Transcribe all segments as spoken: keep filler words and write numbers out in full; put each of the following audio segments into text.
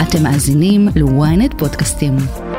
אתם מאזינים ל-ynet פודקאסטים.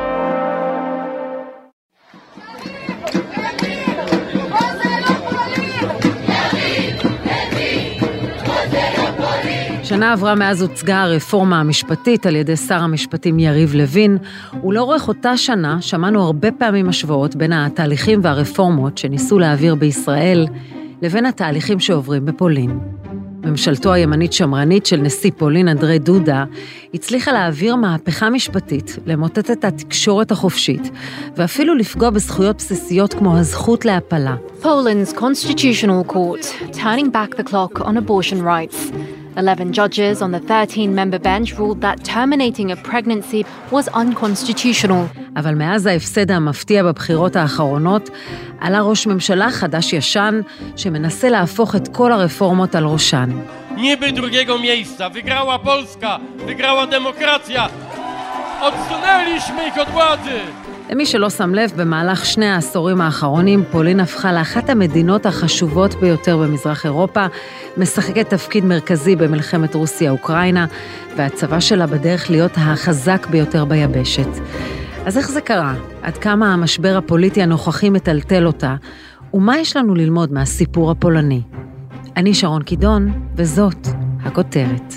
שנה עברה מאז הוצגה הרפורמה המשפטית על ידי שר המשפטים יריב לוין, ולאורך אותה שנה שמענו הרבה פעמים השוואות בין התהליכים והרפורמות שניסו להעביר בישראל, לבין התהליכים שעוברים בפולין. ממשלתו הימנית שמרנית של נשיא פולין אנדרי דודה, הצליחה להעביר מהפכה משפטית, למוטט את התקשורת החופשית, ואפילו לפגוע בזכויות בסיסיות כמו הזכות להפלה. Poland's constitutional court, turning back the clock on abortion rights. Eleven judges on the thirteen-member bench ruled that terminating a pregnancy was unconstitutional. אבל מאז ההפסד המפתיע בבחירות האחרונות, עלה ראש ממשלה חדש-ישן שמנסה להפוך את כל הרפורמות על ראשן. Niby drugiego miejsca, wygrała Polska, wygrała demokracja. Odsunęliśmy ich od władzy. למי שלא שם לב, במהלך שני העשורים האחרונים, פולין הפכה לאחת המדינות החשובות ביותר במזרח אירופה, משחקת תפקיד מרכזי במלחמת רוסיה-אוקראינה, והצבא שלה בדרך להיות החזק ביותר ביבשת. אז איך זה קרה? עד כמה המשבר הפוליטי הנוכחי מטלטל אותה? ומה יש לנו ללמוד מהסיפור הפולני? אני שרון קידון, וזאת הכותרת.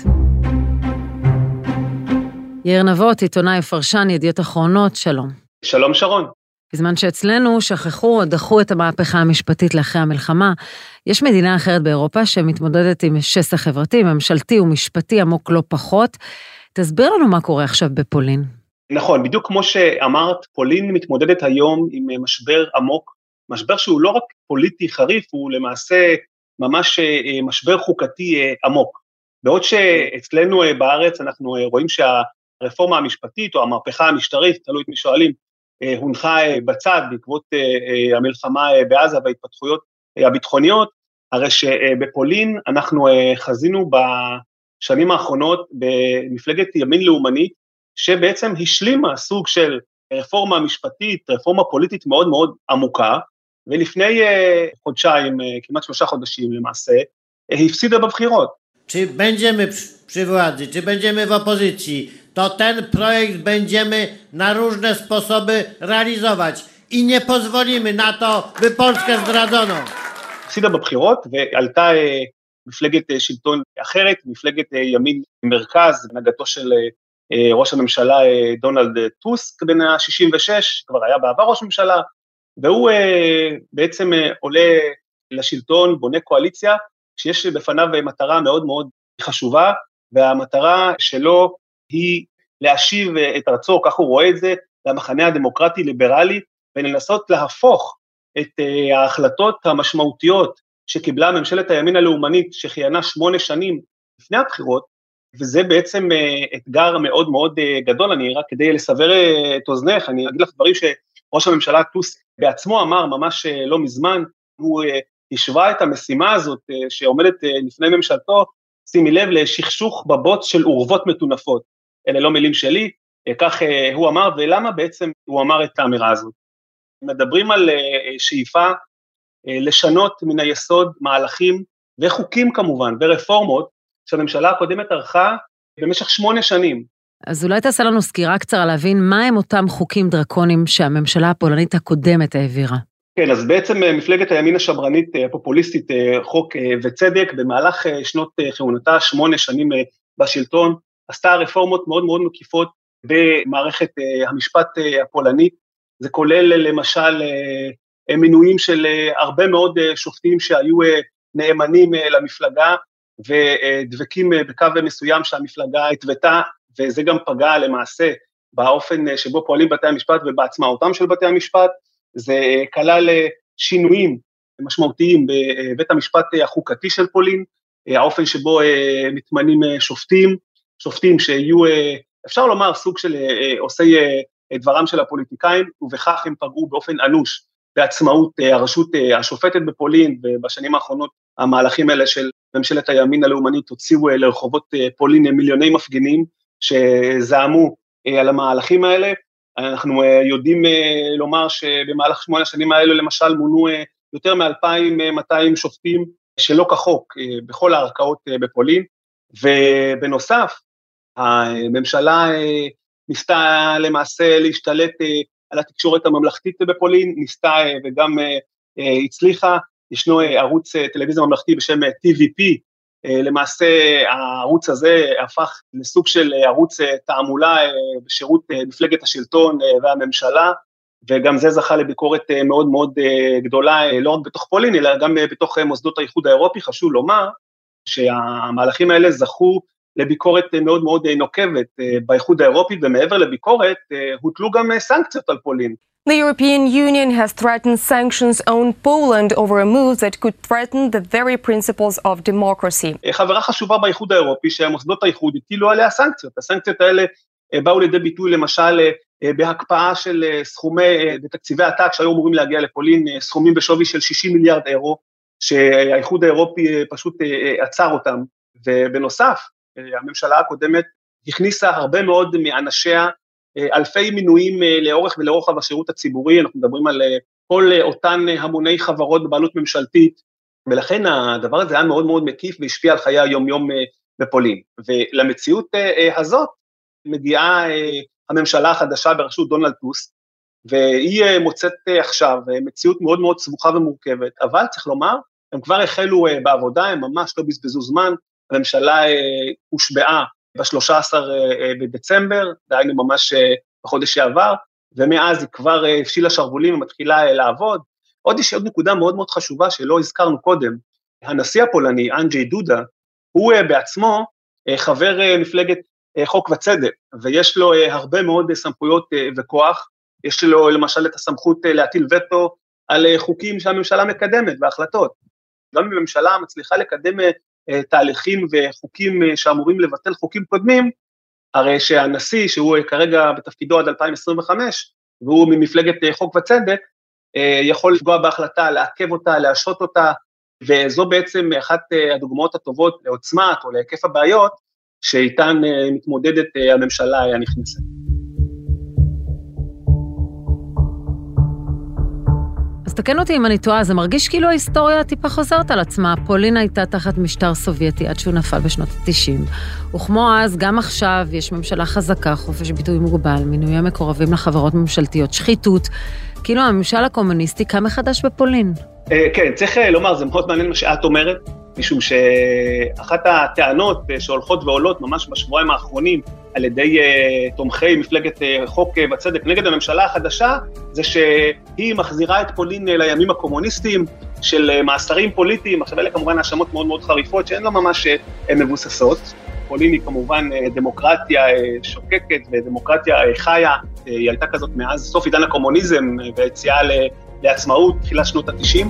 יאיר נבות, עיתונאי ופרשן ידיעות אחרונות, שלום. שלום שרון. בזמן שאצלנו שכחו או דחו את המהפכה המשפטית לאחרי המלחמה, יש מדינה אחרת באירופה שמתמודדת עם שסע חברתי, ממשלתי ומשפטי עמוק לא פחות. תסביר לנו מה קורה עכשיו בפולין. נכון, בדיוק כמו שאמרת, פולין מתמודדת היום עם משבר עמוק, משבר שהוא לא רק פוליטי חריף, הוא למעשה ממש משבר חוקתי עמוק. בעוד שאצלנו בארץ אנחנו רואים שהרפורמה המשפטית או המהפכה המשטרית, תלוי את מי שואלים, הונחה בצד בעקבות המלחמה בעזה וההתפתחויות הביטחוניות, הרי שבפולין אנחנו חזינו בשנים האחרונות במפלגת ימין לאומנית, שבעצם השלימה סוג של רפורמה משפטית, רפורמה פוליטית מאוד מאוד עמוקה, ולפני חודשיים, כמעט שלושה חודשים למעשה, הפסידה בבחירות. Czy będziemy przy władzy, czy będziemy w opozycji, to ten projekt będziemy na różne sposoby realizować i nie pozwolimy na to, by Polskę zdradzono. הפסידה בבחירות ועלתה מפלגת שלטון אחרת, מפלגת ימין מרכז, הנהגתו של ראש הממשלה דונלד טוסק בן ה-שישים ושש, כבר היה בעבר ראש ממשלה, והוא בעצם עולה לשלטון, בונה קואליציה, שיש בפניו מטרה מאוד מאוד חשובה, והמטרה שלו היא להשיב את ארצו, כך הוא רואה את זה, למחנה הדמוקרטי-ליברלי, ולנסות להפוך את ההחלטות המשמעותיות שקיבלה ממשלת הימין הלאומנית, שחיינה שמונה שנים לפני הבחירות, וזה בעצם אתגר מאוד מאוד גדול. אני רק כדי לסבר את אוזנך, אני אגיד לך דברים שראש הממשלה טוסק בעצמו אמר ממש לא מזמן, הוא השווה את המשימה הזאת שעומדת לפני ממשלתו, שימי לב לשכשוך בבוץ של עורבות מטונפות, אלה לא מילים שלי, כך הוא אמר, ולמה בעצם הוא אמר את האמירה הזאת? מדברים על שאיפה לשנות מן היסוד מהלכים וחוקים כמובן, ורפורמות, שהממשלה הקודמת ערכה במשך שמונה שנים. אז אולי תעשה לנו סקירה קצרה להבין מה הם אותם חוקים דרקונים שהממשלה הפולנית הקודמת העבירה. כן, אז בעצם מפלגת הימין השמרנית הפופוליסטית, חוק וצדק, במהלך שנות כהונתה, שמונה שנים בשלטון, עשתה רפורמות מאוד מאוד מקיפות במערכת המשפט הפולנית, זה כולל למשל מינויים של הרבה מאוד שופטים שהיו נאמנים למפלגה, ודבקים בקו מסוים שהמפלגה התוותה, וזה גם פגע למעשה באופן שבו פועלים בתי המשפט ובעצמאותם של בתי המשפט, זה כלל שינויים משמעותיים בבית המשפט החוקתי של פולין, האופן שבו מתמנים שופטים, שופטים שיהיו, אפשר לומר, סוג של עושי דברם של הפוליטיקאים, ובכך הם פגעו באופן אנוש בעצמאות הרשות השופטת בפולין, ובשנים האחרונות המהלכים האלה של ממשלת הימין הלאומנית הוציאו לרחובות פולין מיליוני מפגינים שזעמו על המהלכים האלה. אנחנו יודעים לומר שבמהלך שמונה השנים האלו למשל מונו יותר מ-אלפיים ומאתיים שופטים שלא כחוק בכל הערכאות בפולין, ובנוסף הממשלה ניסתה למעשה להשתלט על התקשורת הממלכתית בפולין, ניסתה וגם הצליחה, ישנו ערוץ טלוויזיה ממלכתי בשם טי וי פי, למעשה הערוץ הזה הפך לסוג של ערוץ תעמולה בשירות מפלגת השלטון והממשלה, וגם זה זכה לביקורת מאוד מאוד גדולה, לא רק בתוך פולין, אלא גם בתוך מוסדות האיחוד האירופי. חשוב לומר שהמהלכים האלה זכו לביקורת מאוד מאוד נוקבת באיחוד האירופי, ומעבר לביקורת הוטלו גם סנקציות על פולין. The European Union has threatened sanctions on Poland over a move that could threaten the very principles of democracy. חברה חשובה באיחוד האירופי שהמוסדות האיחוד הטילו עליה סנקציות. הסנקציות האלה באו לידי ביטוי למשל בהקפאה של סכומי בתקציבי עתק שהיו אמורים להגיע לפולין, סכומים בשווי של שישים מיליארד אירו, שהאיחוד האירופי פשוט עצר אותם. ובנוסף, הממשלה הקודמת הכניסה הרבה מאוד מאנשיה, אלפי מינויים לאורך ולרוחב השירות הציבורי, אנחנו מדברים על כל אותן המוני חברות בבעלות ממשלתית, ולכן הדבר הזה היה מאוד מאוד מקיף והשפיע על חיי היום-יום בפולין. ולמציאות הזאת מגיעה הממשלה החדשה בראשות דונלד טוסק, והיא מוצאת עכשיו מציאות מאוד מאוד סבוכה ומורכבת, אבל צריך לומר, הם כבר החלו בעבודה, הם ממש לא בזבזו זמן, הממשלה הושבעה ב-שלושה עשר בדצמבר, דהיינו ממש בחודש שעבר, ומאז היא כבר הפשילה שרוולים ומתחילה לעבוד. עוד יש עוד נקודה מאוד מאוד חשובה שלא הזכרנו קודם, הנשיא הפולני, אנג'י דודה, הוא בעצמו חבר מפלגת חוק וצדק, ויש לו הרבה מאוד סמכויות וכוח, יש לו למשל את הסמכות להטיל וטו על חוקים שהממשלה מקדמת והחלטות. גם אם הממשלה מצליחה לקדם תהליכים וחוקים שאמורים לבטל חוקים קודמים, הרי שהנשיא, שהוא כרגע בתפקידו עד אלפיים עשרים וחמש, והוא ממפלגת חוק וצדק, יכול לפגוע בהחלטה, לעכב אותה, להשעות אותה, וזו בעצם אחת הדוגמאות הטובות לעוצמת או להיקף הבעיות, שאיתן מתמודדת הממשלה הנכנסת. אז תקן אותי אם אני טועה, זה מרגיש כאילו ההיסטוריה טיפה חוזרת על עצמה. פולין הייתה תחת משטר סובייטי עד שהוא נפל בשנות ה-תשעים. וכמו אז, גם עכשיו יש ממשלה חזקה, חופש ביטוי מוגבל, מינויי מקורבים לחברות ממשלתיות, שחיתות. כאילו הממשל הקומוניסטי קם מחדש בפולין. כן, צריך לומר, זה מאוד מעניין מה שאת אומרת, משום שאחת הטענות שהולכות ועולות ממש בשבועיים האחרונים על ידי תומכי מפלגת חוק וצדק נגד הממשלה החדשה, זה שהיא מחזירה את פולין לימים הקומוניסטיים של מאסרים פוליטיים. עכשיו אלה כמובן האשמות מאוד מאוד חריפות שהן לא ממש מבוססות. פולין היא כמובן דמוקרטיה שוקקת ודמוקרטיה חיה, היא הייתה כזאת מאז סוף עידן הקומוניזם ויציאה לעצמאות תחילת שנות ה-תשעים.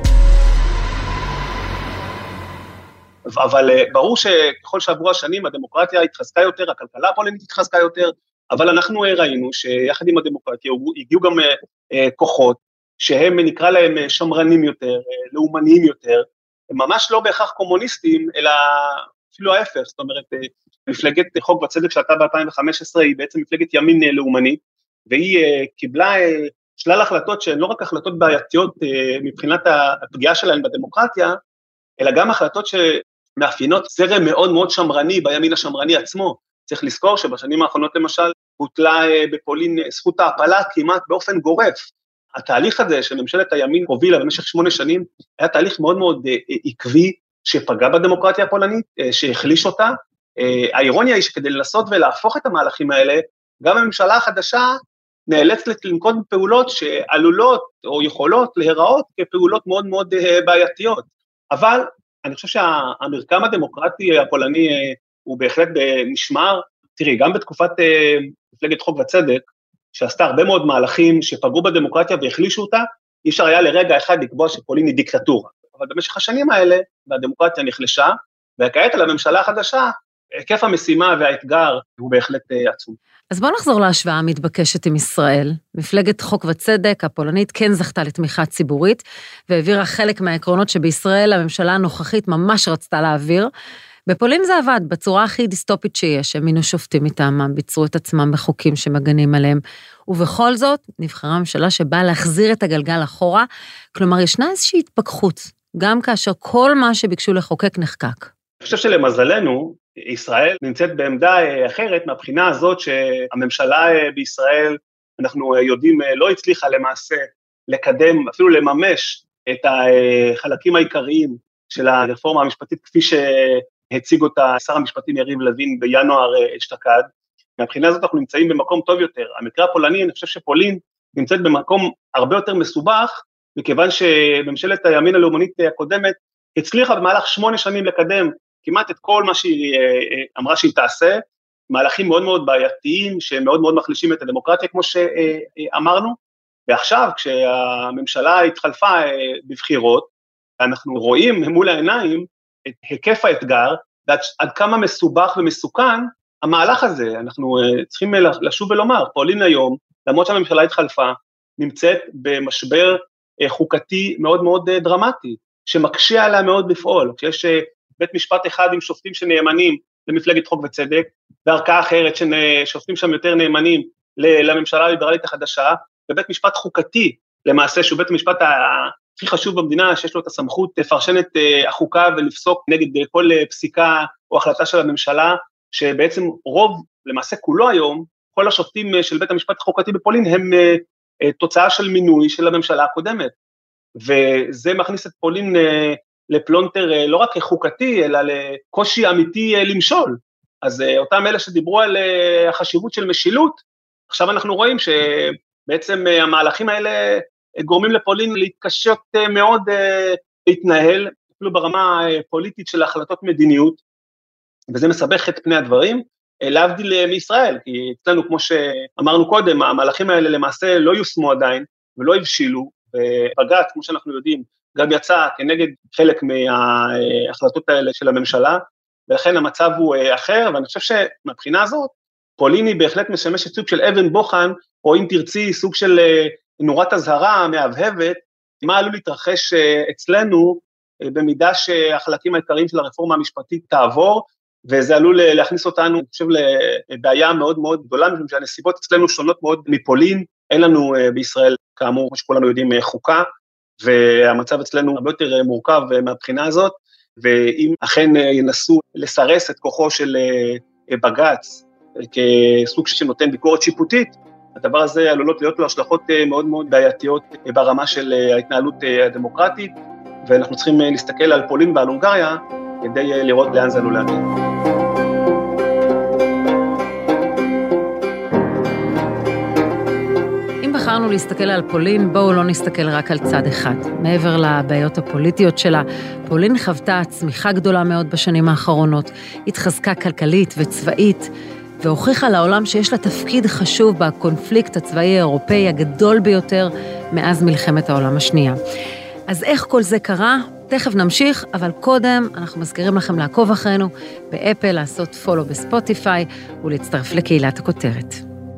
אבל ברור שככל שעברו השנים הדמוקרטיה התחזקה יותר, הכלכלה הפולינית התחזקה יותר, אבל אנחנו ראינו שיחד עם הדמוקרטיה הגיעו גם כוחות שהם נקרא להם שמרנים יותר, לאומניים יותר, הם ממש לא בהכרח קומוניסטים, אלא אפילו ההפך. זאת אומרת, מפלגת חוק וצדק שהייתה ב-אלפיים וחמש עשרה היא בעצם מפלגת ימין לאומנית, והיא קיבלה שלל החלטות שהן לא רק החלטות בעייתיות מבחינת הפגיעה שלהן בדמוקרטיה, אלא גם החלטות שמאפיינות זרם מאוד מאוד שמרני בימין השמרני עצמו. צריך לזכור שבשנים האחרונות למשל הוטלה בפולין זכות ההפלה כמעט באופן גורף. התהליך הזה שממשלת הימין הובילה במשך שמונה שנים היה תהליך מאוד מאוד עקבי שפגע בדמוקרטיה הפולנית, שהחליש אותה. האירוניה היא שכדי לנסות ולהפוך את המהלכים האלה, גם הממשלה החדשה נאלצת לנקוט פעולות שעלולות או יכולות להיראות כפעולות מאוד מאוד בעייתיות. אבל אני חושב שהמרקם הדמוקרטי הפולני הוא בהחלט נשמר. תראי, גם בתקופת מפלגת חוק וצדק, שעשתה הרבה מאוד מהלכים שפגעו בדמוקרטיה והחלישו אותה, אי אפשר היה לרגע אחד לקבוע שפולין היא דיקטטורה. אבל במשך השנים האלה, והדמוקרטיה נחלשה, וכעת על הממשלה החדשה, היקף המשימה והאתגר הוא בהחלט עצום. אז בואו נחזור להשוואה המתבקשת עם ישראל. מפלגת חוק וצדק הפולנית כן זכתה לתמיכה ציבורית, והעבירה חלק מהעקרונות שבישראל הממשלה הנוכחית ממש רצתה להעביר. בפולין זה עבד בצורה הכי דיסטופית שיש, הם מינו שופטים מטעמם, ביצרו את עצמם בחוקים שמגנים עליהם, ובכל זאת נבחרה ממשלה שבאה להחזיר את הגלגל אחורה, כלומר ישנה איזושהי התפכחות, גם כאשר כל מה שביקשו לחוקק נחקק. אני חושב שלמזלנו, ישראל נמצאת בעמדה אחרת מהבחינה הזאת שהממשלה בישראל, אנחנו יודעים, לא הצליחה למעשה לקדם, אפילו לממש את החלקים העיקריים של הרפורמה המשפטית, כפי שהציג אותה שר המשפטים יריב לוין בינואר אשתקד. מהבחינה הזאת אנחנו נמצאים במקום טוב יותר. המקרה הפולני, אני חושב שפולין נמצאת במקום הרבה יותר מסובך, מכיוון שממשלת הימין הלאומנית הקודמת הצליחה במהלך שמונה שנים לקדם כמעט את כל מה שהיא אמרה שהיא תעשה, מהלכים מאוד מאוד בעייתיים, שמאוד מאוד מחלישים את הדמוקרטיה, כמו שאמרנו, ועכשיו כשהממשלה התחלפה בבחירות, אנחנו רואים מול העיניים את היקף האתגר, ועד עד כמה מסובך ומסוכן המהלך הזה. אנחנו צריכים לשוב ולומר, פולין היום, למרות שהממשלה התחלפה, נמצאת במשבר חוקתי מאוד מאוד דרמטי, שמקשה עליה מאוד לפעול, כשיש בית משפט אחד עם שופטים שנאמנים למפלגת חוק וצדק, וערכאה אחרת ששופטים שם יותר נאמנים לממשלה הליברלית החדשה, ובית משפט חוקתי, למעשה שהוא בית המשפט הכי חשוב במדינה, שיש לו את הסמכות לפרשן את החוקה ולפסוק נגד כל פסיקה או החלטה של הממשלה, שבעצם רוב, למעשה כולו היום, כל השופטים של בית המשפט החוקתי בפולין הם תוצאה של מינוי של הממשלה הקודמת, וזה מכניס את פולין לפלונטר לא רק חוקתי, אלא לקושי אמיתי למשול. אז אותם אלה שדיברו על החשיבות של משילות, עכשיו אנחנו רואים שבעצם המהלכים האלה גורמים לפולין להתקשות מאוד להתנהל, אפילו ברמה פוליטית של החלטות מדיניות, וזה מסבך את פני הדברים, להבדיל מישראל, כי אצלנו, כמו שאמרנו קודם, המהלכים האלה למעשה לא יושמו עדיין, ולא הבשילו, ובג"ץ, כמו שאנחנו יודעים, גם יצא כנגד חלק מההחלטות האלה של הממשלה, ולכן המצב הוא אחר, ואני חושב שמבחינה הזאת, פולין היא בהחלט משמשת סוג של אבן בוחן, או אם תרצי סוג של נורת הזהרה מהבהבת, מה עלול להתרחש אצלנו, במידה שהחלקים העיקריים של הרפורמה המשפטית תעבור, וזה עלול להכניס אותנו, אני חושב, לבעיה מאוד מאוד גדולה, משום שהנסיבות אצלנו שונות מאוד מפולין, אין לנו בישראל, כאמור, כמו שכולנו יודעים, חוקה, והמצב אצלנו הרבה יותר מורכב מהבחינה הזאת, ואם אכן ינסו לסרס את כוחו של בג"ץ, כסוג שנותן ביקורת שיפוטית, הדבר הזה עלולות להיות לו השלכות מאוד מאוד בעייתיות ברמה של ההתנהלות הדמוקרטית, ואנחנו צריכים להסתכל על פולין ועל הונגריה, כדי לראות לאן זה עלול להגיע. אם בחרנו להסתכל על פולין, בואו לא נסתכל רק על צד אחד. מעבר לבעיות הפוליטיות שלה, פולין חוותה צמיחה גדולה מאוד בשנים האחרונות, התחזקה כלכלית וצבאית, והוכיחה לעולם שיש לה תפקיד חשוב בקונפליקט הצבאי האירופאי הגדול ביותר מאז מלחמת העולם השנייה. אז איך כל זה קרה? תכף נמשיך, אבל קודם אנחנו מזכירים לכם לעקוב אחרינו באפל, לעשות פולו בספוטיפיי ולהצטרף לקהילת הכותרת.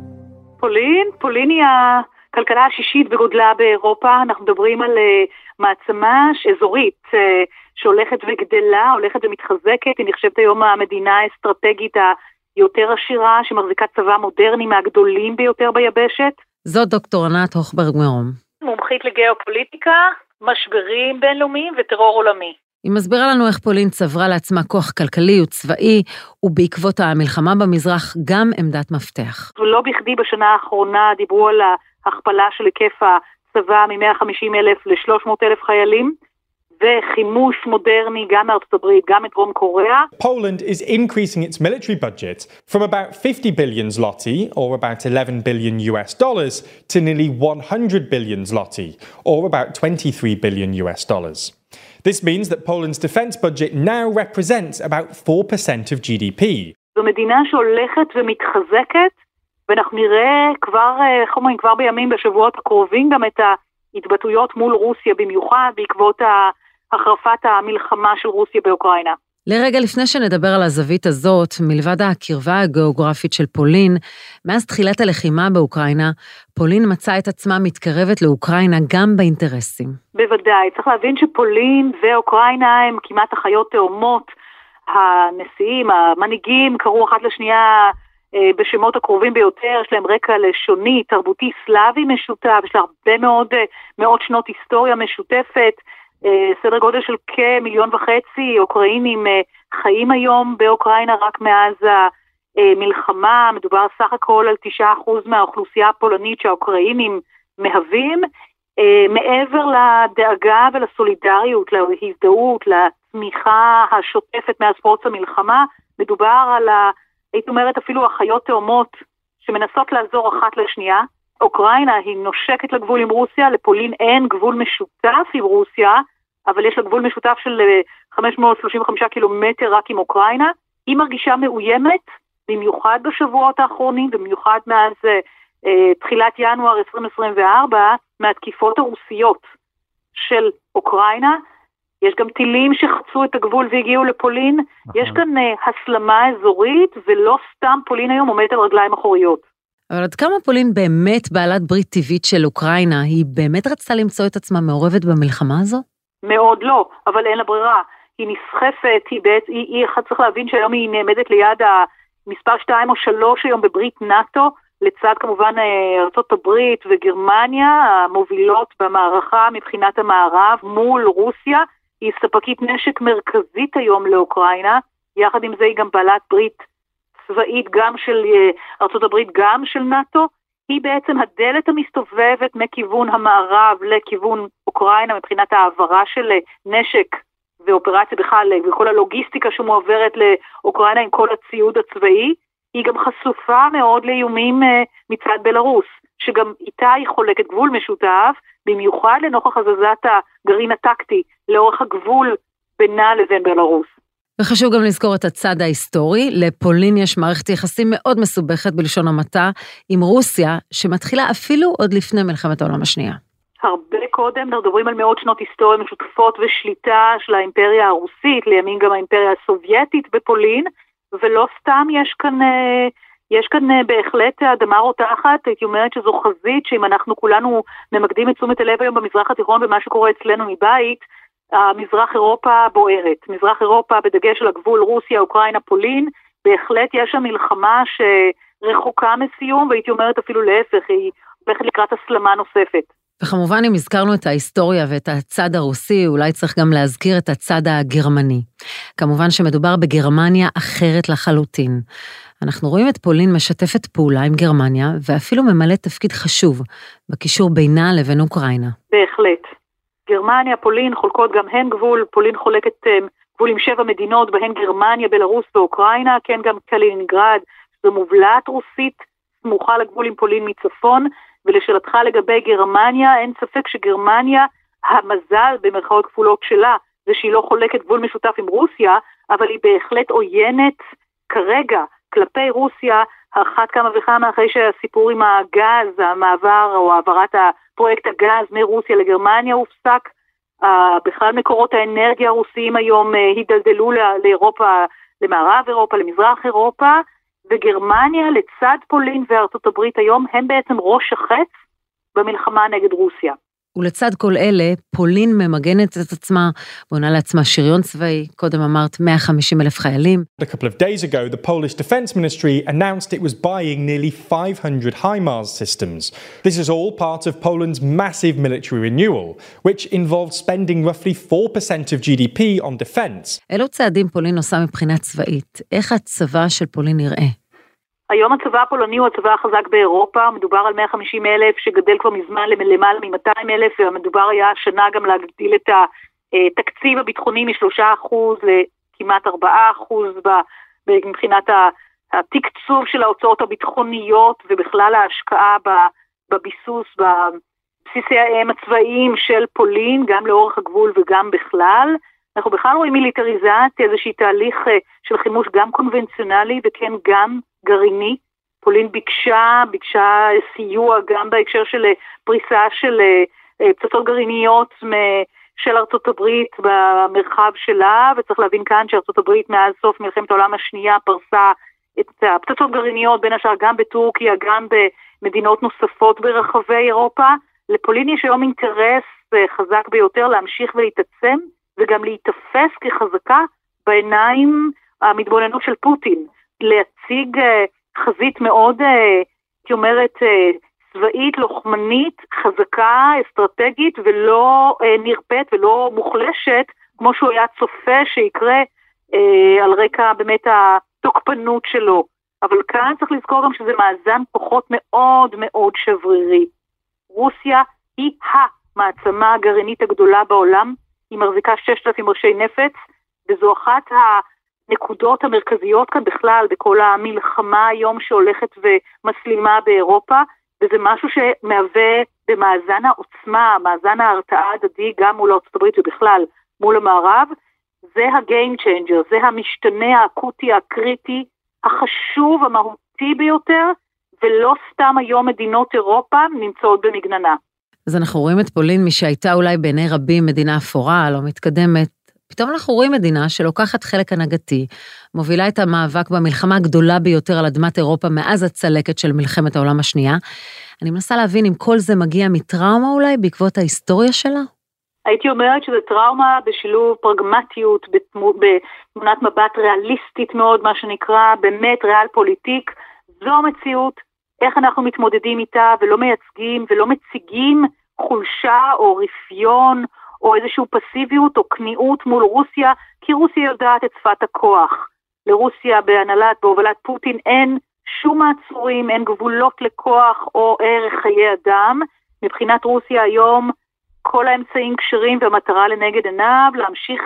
פולין, פולין היא הכלכלה השישית בגודלה באירופה, אנחנו מדברים על מעצמה אזורית שהולכת וגדלה, הולכת ומתחזקת, היא נחשבת היום המדינה האסטרטגית היותר עשירה, שמחזיקה צבא מודרני מהגדולים ביותר ביבשת. זאת דוקטור ענת הוכברג מרום. מומחית לגיאופוליטיקה, משברים בינלאומיים וטרור עולמי. היא מסבירה לנו איך פולין צברה לעצמה כוח כלכלי וצבאי, ובעקבות המלחמה במזרח גם עמדת מפתח. ולא בכדי בשנה האחרונה דיברו על ההכפלה של היקף הצבא מ-מאה וחמישים אלף ל-שלוש מאות אלף חיילים, וחימוש מודרני גם מארצות הברית, גם מדרום קוריאה. Poland is increasing its military budget from about fifty billion zloty, or about eleven billion U S dollars, to nearly one hundred billion zloty, or about twenty-three billion U S dollars. This means that Poland's defense budget now represents about four percent of G D P. זו מדינה שהולכת ומתחזקת, ואנחנו נראה כבר, חומרים, כבר בימים בשבועות הקרובים גם את ההתבטאויות מול רוסיה במיוחד, בעקבות החרפת המלחמה של רוסיה באוקראינה. לרגע לפני שנדבר על הזווית הזאת, מלבד הקרבה הגיאוגרפית של פולין, מאז תחילת הלחימה באוקראינה, פולין מצאה את עצמה מתקרבת לאוקראינה גם באינטרסים. בוודאי, צריך להבין שפולין ואוקראינה הם כמעט אחיות תאומות, הנשיאים, המנהיגים קראו אחת לשנייה בשמות הקרובים ביותר, יש להם רקע לשוני, תרבותי סלאבי משותף, יש לה הרבה מאוד, מאוד שנות היסטוריה משותפת, סדר גודל של כמיליון וחצי אוקראינים חיים היום באוקראינה רק מאז המלחמה, מדובר סך הכל על תשעה אחוז מהאוכלוסייה הפולנית שהאוקראינים מהווים, מעבר לדאגה ולסולידריות, להזדהות, לתמיכה השוטפת מאז פרוץ המלחמה, מדובר על, הייתי אומרת אפילו אחיות תאומות שמנסות לעזור אחת לשנייה. אוקראינה היא נושקת לגבול עם רוסיה, לפולין אין גבול משותף עם רוסיה, אבל יש לה גבול משותף של חמש מאות שלושים וחמישה קילומטר רק עם אוקראינה. היא מרגישה מאוימת, במיוחד בשבועות האחרונים, במיוחד מאז אה, תחילת ינואר עשרים עשרים וארבע, מהתקיפות הרוסיות של אוקראינה. יש גם טילים שחצו את הגבול והגיעו לפולין. יש כאן אה, הסלמה אזורית, ולא סתם פולין היום עומדת על רגליים אחוריות. אבל עד כמה פולין באמת בעלת ברית טבעית של אוקראינה, היא באמת רצתה למצוא את עצמה מעורבת במלחמה הזו? מאוד לא, אבל אין לה ברירה. היא נסחפת, היא בעצם, היא, היא אחד צריך להבין שהיום היא נעמדת ליד המספר שתיים או שלוש היום בברית נאטו, לצד כמובן ארצות הברית וגרמניה, המובילות במערכה מבחינת המערב מול רוסיה. היא ספקית נשק מרכזית היום לאוקראינה, יחד עם זה היא גם בעלת ברית צבאית גם של ארצות הברית, גם של נאטו. היא בעצם הדלת המסתובבת מכיוון המערב לכיוון אוקראינה, מבחינת העברה של נשק ואופרציה בכלל, וכל הלוגיסטיקה שמועברת לאוקראינה עם כל הציוד הצבאי. היא גם חשופה מאוד לאיומים מצד בלרוס, שגם איתה היא חולקת גבול משותף, במיוחד לנוכח הזזת הגרעין הטקטי לאורך הגבול בינה לבין בלרוס. וחשוב גם לזכור את הצד ההיסטורי. לפולין יש מערכת יחסים מאוד מסובכת בלשון המעטה עם רוסיה, שמתחילה אפילו עוד לפני מלחמת העולם השנייה. הרבה קודם, אנחנו מדברים על מאות שנות היסטוריה משותפות ושליטה של האימפריה הרוסית, לימים גם האימפריה הסובייטית בפולין, ולא סתם יש כאן, יש כאן בהחלט אדמה רותחת. הייתי אומרת שזו חזית שאם אנחנו כולנו ממקדים את תשומת הלב היום במזרח התיכון ומה שקורה אצלנו מבית, המזרח אירופה בוערת. מזרח אירופה בדגש על הגבול רוסיה, אוקראינה, פולין, בהחלט יש שם מלחמה שרחוקה מסיום, והייתי אומרת אפילו להפך, היא הולכת לקראת הסלמה נוספת. וכמובן אם הזכרנו את ההיסטוריה ואת הצד הרוסי, אולי צריך גם להזכיר את הצד הגרמני. כמובן שמדובר בגרמניה אחרת לחלוטין. אנחנו רואים את פולין משתפת פעולה עם גרמניה, ואפילו ממלאת תפקיד חשוב בקישור בינה לבין אוקראינה. בהחלט. גרמניה, פולין חולקות גם הן גבול, פולין חולקת גבול עם שבע מדינות, בהן גרמניה, בלרוס ואוקראינה, כן גם קלינינגרד, זו מובלעת רוסית, סמוכה לגבול עם פולין מצפון, ולשאלתך לגבי גרמניה, אין ספק שגרמניה, המזל במרכאות כפולות שלה, זה שהיא לא חולקת גבול משותף עם רוסיה, אבל היא בהחלט עוינת כרגע כלפי רוסיה, אחת כמה וכמה אחרי שהסיפור עם הגז, המעבר או העברת הפרויקט הגז מרוסיה לגרמניה הופסק, בכלל מקורות האנרגיה הרוסיים היום הידלדלו לאירופה, למערב אירופה, למזרח אירופה, וגרמניה לצד פולין וארצות הברית היום הם בעצם ראש החץ במלחמה נגד רוסיה. ולצד כל אלה, פולין ממגנת את עצמה, בונה לעצמה שריון צבאי, קודם אמרת מאה וחמישים אלף חיילים. A couple of days ago, the Polish Defense Ministry announced it was buying nearly five hundred HIMARS systems. This is all part of Poland's massive military renewal, which involved spending roughly four percent of G D P on defense. אילו צעדים פולין עושה מבחינה צבאית? איך הצבא של פולין נראה? היום הצבא הפולני הוא הצבא החזק באירופה, מדובר על מאה וחמישים אלף שגדל כבר מזמן למעלה מ-מאתיים אלף, ומדובר היה השנה גם להגדיל את התקציב הביטחוני מ-שלושה אחוז לכמעט ארבעה אחוז מבחינת התקצוב של ההוצאות הביטחוניות ובכלל ההשקעה בביסוס, בבסיסי האם הצבאיים של פולין, גם לאורך הגבול וגם בכלל. אנחנו בכלל רואים מיליטריזציה, איזושהי תהליך של חימוש גם קונבנציונלי וכן גם גרעיני. פולין ביקשה, ביקשה סיוע גם בהקשר של פריסה של פצצות גרעיניות של ארצות הברית במרחב שלה, וצריך להבין כאן שארצות הברית מאז סוף מלחמת העולם השנייה פרסה את הפצצות גרעיניות בין השאר גם בטורקיה, גם במדינות נוספות ברחבי אירופה. לפולין יש היום אינטרס חזק ביותר להמשיך ולהתעצם, וגם להתאפס כחזקה בעיניים המתבוננות של פוטין, להציג חזית מאוד, הייתי אומרת, צבאית, לוחמנית, חזקה, אסטרטגית, ולא אה, נרפאת ולא מוחלשת, כמו שהוא היה צופה שיקרה אה, על רקע באמת התוקפנות שלו. אבל כאן צריך לזכור גם שזה מאזן כוחות מאוד מאוד שברירי. רוסיה היא המעצמה הגרעינית הגדולה בעולם, היא מחזיקה ששת אלפים ראשי נפץ, וזו אחת הנקודות המרכזיות כאן בכלל, בכל המלחמה היום שהולכת ומסלימה באירופה, וזה משהו שמהווה במאזן העוצמה, מאזן ההרתעה הדדי, גם מול ארצות הברית ובכלל מול המערב, זה ה-game changer, זה המשתנה האקוטי, הקריטי, החשוב, המהותי ביותר, ולא סתם היום מדינות אירופה נמצאות במגננה. אז אנחנו רואים את פולין, מי שהייתה אולי בעיני רבים מדינה אפורה, לא מתקדמת, פתאום אנחנו רואים מדינה שלוקחת חלק הנהגתי, מובילה את המאבק במלחמה הגדולה ביותר על אדמת אירופה מאז הצלקת של מלחמת העולם השנייה. אני מנסה להבין אם כל זה מגיע מטראומה אולי בעקבות ההיסטוריה שלה? הייתי אומרת שזה טראומה בשילוב פרגמטיות, בתמונת מבט ריאליסטית מאוד, מה שנקרא, באמת ריאל פוליטיק. זו המציאות, איך אנחנו מתמודדים איתה ולא מייצגים ולא מציגים חולשה או רפיון או איזושהי פסיביות או כניעות מול רוסיה, כי רוסיה יודעת את שפת הכוח. לרוסיה בהנהלת, בהובלת פוטין, אין שום מעצורים, אין גבולות לכוח או ערך חיי אדם. מבחינת רוסיה היום, כל האמצעים קשרים והמטרה לנגד עיניו, להמשיך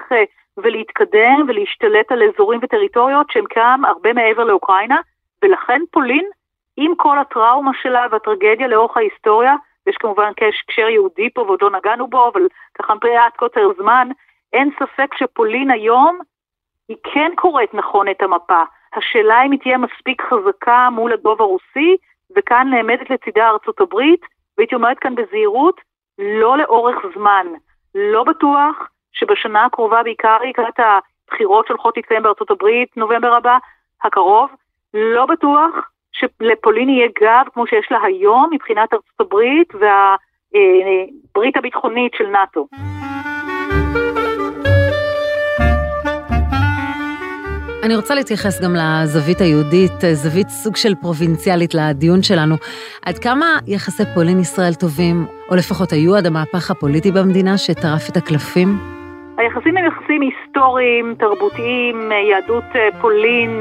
ולהתקדם ולהשתלט על אזורים וטריטוריות שהם כאן הרבה מעבר לאוקראינה, ולכן פולין, עם כל הטראומה שלה והטרגדיה לאורך ההיסטוריה, יש כמובן קשר יהודי פה ועוד לא נגענו בו, אבל ככה מפריעת קוצר זמן, אין ספק שפולין היום היא כן קוראת נכון את המפה. השאלה אם היא תהיה מספיק חזקה מול הדוב הרוסי, וכאן נעמדת לצידה ארצות הברית, והייתי אומרת כאן בזהירות, לא לאורך זמן. לא בטוח שבשנה הקרובה בעיקר לקראת הבחירות שהולכות להתקיים בארצות הברית, נובמבר הבא, הקרוב, לא בטוח שלפולין יהיה גב כמו שיש לה היום מבחינת ארצות הברית והברית הביטחונית של נאטו. אני רוצה להתייחס גם לזווית היהודית, זווית סוג של פרובינציאלית לדיון שלנו. עד כמה יחסי פולין-ישראל טובים, או לפחות היו עד המהפך הפוליטי במדינה שטרף את הקלפים? היחסים הם יחסים היסטוריים, תרבותיים, יהדות פולין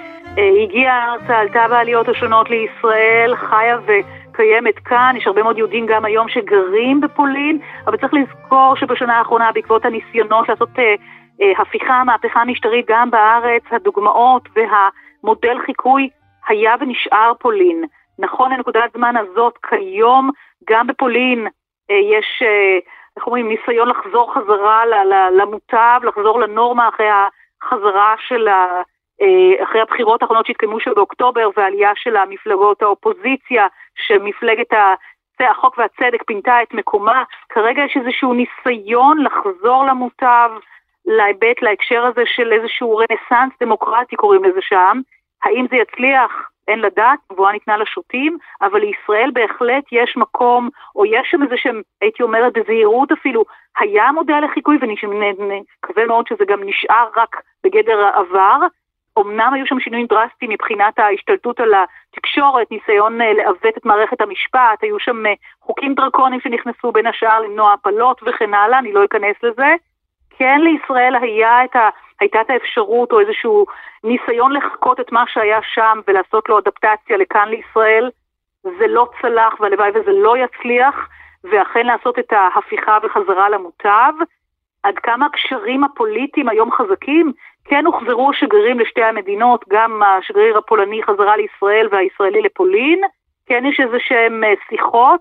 הגיעה, עלתה בעליות השונות לישראל, חיה וקיימת כאן, יש הרבה מאוד יהודים גם היום שגרים בפולין, אבל צריך לזכור שבשנה האחרונה בעקבות הניסיונות לעשות הפיכה, מהפכה משטרית גם בארץ, הדוגמאות והמודל חיקוי היה ונשאר פולין. נכון לנקודת זמן הזאת, כיום גם בפולין יש, איך אומרים, ניסיון לחזור חזרה למוטב, לחזור לנורמה אחרי החזרה של ה... אחרי הבחירות האחרונות שהתקיימו שם באוקטובר, והעלייה של המפלגות האופוזיציה, שמפלגת החוק והצדק פינתה את מקומה, כרגע יש איזשהו ניסיון לחזור למוטב, להיבט, להקשר הזה של איזשהו רנסנס דמוקרטי, קוראים לזה שם. האם זה יצליח? אין לדעת, נבואה ניתנה לשוטים, אבל לישראל בהחלט יש מקום, או יש שם איזה שהם, הייתי אומרת בזהירות אפילו, היה מודל לחיקוי, ונקווה מאוד שזה גם נשאר רק בגדר העבר. אמנם היו שם שינויים דרסטיים מבחינת ההשתלטות על התקשורת, ניסיון לעוות את מערכת המשפט, היו שם חוקים דרקונים שנכנסו בין השאר למנוע הפלות וכן הלאה, אני לא אכנס לזה. כן, לישראל היה את ה, הייתה את האפשרות או איזשהו ניסיון לחכות את מה שהיה שם ולעשות לו אדפטציה לכאן לישראל. זה לא צלח והלוואי וזה לא יצליח, ואכן לעשות את ההפיכה וחזרה למוטב. עד כמה הקשרים הפוליטיים היום חזקים, כן הוחזרו שגרירים לשתי המדינות, גם השגריר הפולני חזרה לישראל והישראלי לפולין, כן יש איזה שהם שיחות,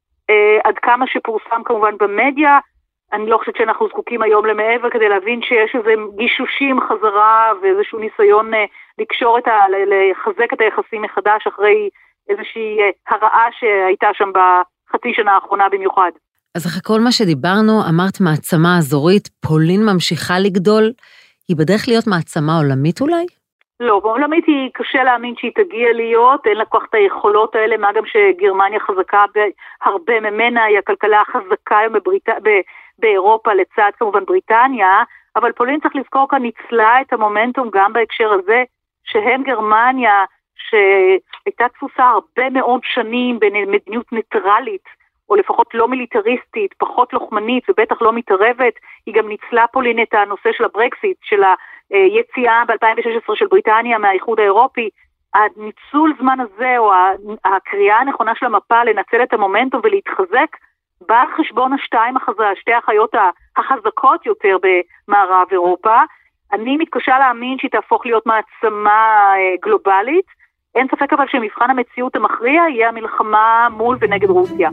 עד כמה שפורסם כמובן במדיה, אני לא חושבת שאנחנו זקוקים היום למעבר כדי להבין שיש איזה גישושים חזרה ואיזשהו ניסיון לקשור את ה... לחזק את היחסים מחדש אחרי איזושהי הרעה שהייתה שם בחצי שנה האחרונה במיוחד. אז אחרי כל מה שדיברנו, אמרת מעצמה אזורית, פולין ממשיכה לגדול, היא בדרך להיות מעצמה עולמית אולי? לא, בעולמית היא קשה להאמין שהיא תגיע להיות, אין לה כל כך את היכולות האלה, מה גם שגרמניה חזקה בהרבה ממנה, היא הכלכלה החזקה היום בבריט... ב... באירופה לצד כמובן בריטניה, אבל פולין צריך לזכור כאן ניצלה את המומנטום גם בהקשר הזה, שהן גרמניה שהייתה תפוסה הרבה מאוד שנים בין מדיניות ניטרלית, או לפחות לא מיליטריסטית, פחות לוחמנית ובטח לא מתערבת, היא גם ניצלה פולין את הנושא של הברקסיט, של היציאה ב-אלפיים ושש עשרה של בריטניה מהאיחוד האירופי. הניצול זמן הזה, או הקריאה הנכונה של המפה לנצל את המומנטום ולהתחזק, בא על חשבון השתיים, שתי החיות החזקות יותר במערב אירופה. אני מתקשה להאמין שהיא תהפוך להיות מעצמה גלובלית. אין ספק אבל שמבחן המציאות המכריע יהיה המלחמה מול ונגד רוסיה.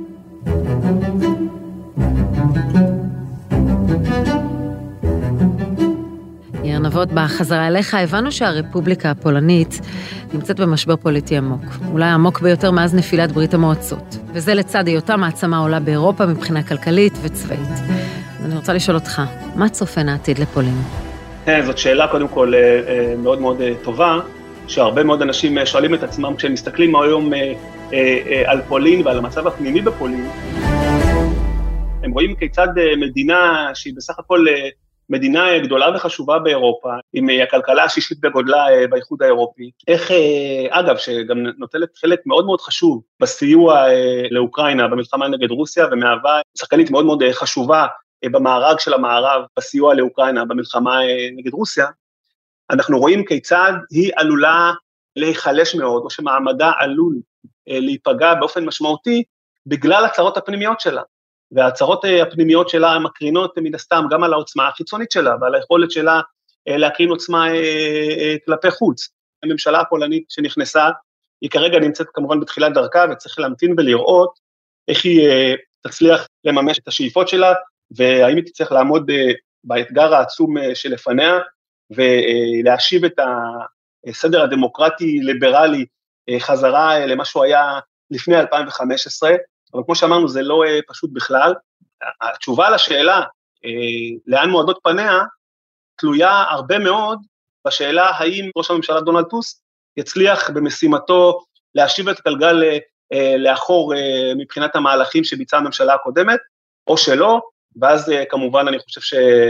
יאיר נבות, בחזרה אליך, הבנו שהרפובליקה הפולנית נמצאת במשבר פוליטי עמוק, אולי עמוק ביותר מאז נפילת ברית המועצות, וזה לצד היותה מעצמה עולה באירופה מבחינה כלכלית וצבאית. אני רוצה לשאול אותך, מה צופן העתיד לפולין? זאת שאלה קודם כל מאוד מאוד טובה, שהרבה מאוד אנשים שואלים את עצמם כשהם מסתכלים היום על פולין ועל המצב הפנימי בפולין. הם רואים כיצד מדינה שהיא בסך הכל מדינה גדולה וחשובה באירופה, עם הכלכלה השישית בגודלה באיחוד האירופי, איך, אגב, שגם נוטלת חלק מאוד מאוד חשוב בסיוע לאוקראינה במלחמה נגד רוסיה, ומהווה שחקנית מאוד מאוד חשובה במארג של המערב בסיוע לאוקראינה במלחמה נגד רוסיה, אנחנו רואים כיצד היא עלולה להיחלש מאוד, או שמעמדה עלול להיפגע באופן משמעותי, בגלל הצרות הפנימיות שלה. והצרות הפנימיות שלה מקרינות מן הסתם גם על העוצמה החיצונית שלה, ועל היכולת שלה להקרין עוצמה כלפי חוץ. הממשלה הפולנית שנכנסה, היא כרגע נמצאת כמובן בתחילת דרכה, וצריך להמתין ולראות איך היא תצליח לממש את השאיפות שלה, והאם היא תצליח לעמוד באתגר העצום שלפניה, ולהשיב את הסדר הדמוקרטי-ליברלי חזרה למה שהוא היה לפני אלפיים וחמש עשרה, אבל כמו שאמרנו, זה לא פשוט בכלל. התשובה לשאלה, לאן מועדות פניה, תלויה הרבה מאוד בשאלה האם ראש הממשלה דונלד טוסק יצליח במשימתו להשיב את הגלגל לאחור מבחינת המהלכים שביצעה הממשלה הקודמת, או שלא, ואז כמובן אני חושב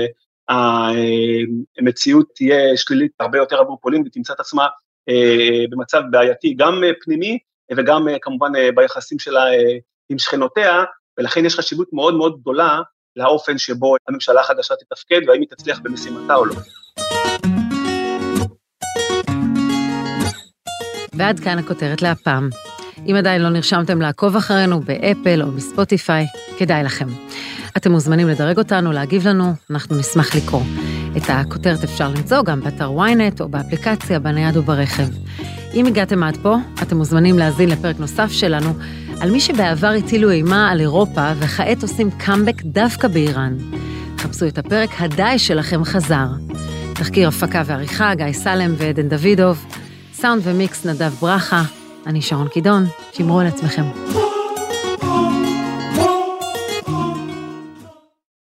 שהמציאות תהיה שלילית הרבה יותר עבור פולין, ותמצא את עצמה במצב בעייתי, גם פנימי, וגם כמובן ביחסים שלה עם שכנותיה, ולכן יש חשיבות מאוד מאוד גדולה לאופן שבו הממשלה החדשה תתפקד, והאם היא תצליח במשימתה או לא. ועד כאן הכותרת להפעם. אם עדיין לא נרשמתם לעקוב אחרינו באפל או בספוטיפיי, כדאי לכם. אתם מוזמנים לדרג אותנו, להגיב לנו, אנחנו נשמח לקרוא. את הכותרת אפשר למצוא גם באתר וויינט או באפליקציה, בנייד או ברכב. אם הגעתם עד פה, אתם מוזמנים להזין לפרק נוסף שלנו, על מי שבעבר הטילו אימה על אירופה וכעת עושים קאמבק דווקא באיראן. חפשו את הפרק הדי שלכם חזר. תחקיר הפקה ועריכה, גיא סלם ועדן דוידוב, סאונד ומיקס נדב ברכה, אני שרון קידון, שמרו על עצמכם.